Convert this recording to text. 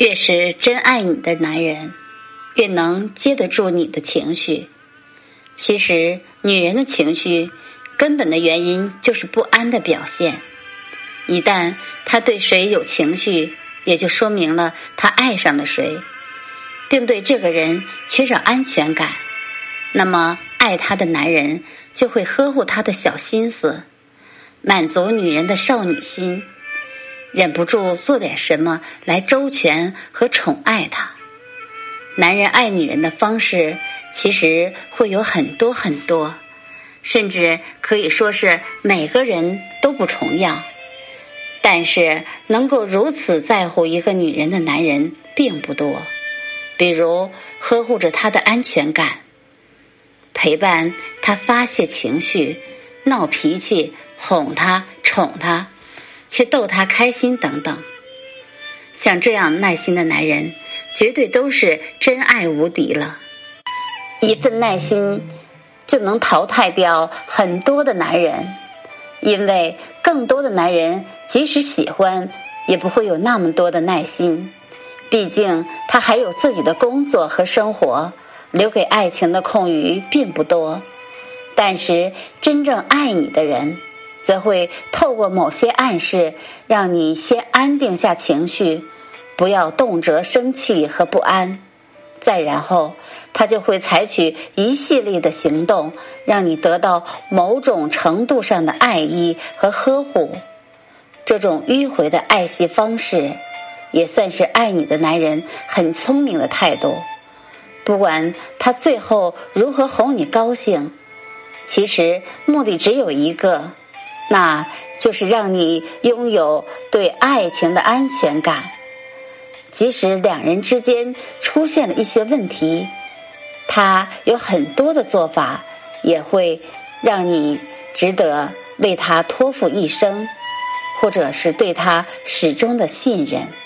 越是真爱你的男人，越能接得住你的情绪。其实女人的情绪根本的原因就是不安的表现。一旦她对谁有情绪，也就说明了她爱上了谁，并对这个人缺少安全感。那么爱她的男人就会呵护她的小心思，满足女人的少女心，忍不住做点什么来周全和宠爱她。男人爱女人的方式其实会有很多很多，甚至可以说是每个人都不重样。但是能够如此在乎一个女人的男人并不多。比如呵护着她的安全感，陪伴她发泄情绪，闹脾气，哄她，宠她，去逗她开心等等。像这样耐心的男人，绝对都是真爱无敌了。一份耐心就能淘汰掉很多的男人，因为更多的男人即使喜欢，也不会有那么多的耐心。毕竟他还有自己的工作和生活，留给爱情的空余并不多。但是真正爱你的人，则会透过某些暗示，让你先安定下情绪，不要动辄生气和不安。再然后他就会采取一系列的行动，让你得到某种程度上的爱意和呵护。这种迂回的爱惜方式，也算是爱你的男人很聪明的态度。不管他最后如何哄你高兴，其实目的只有一个，那就是让你拥有对爱情的安全感。即使两人之间出现了一些问题，他有很多的做法，也会让你值得为他托付一生，或者是对他始终的信任。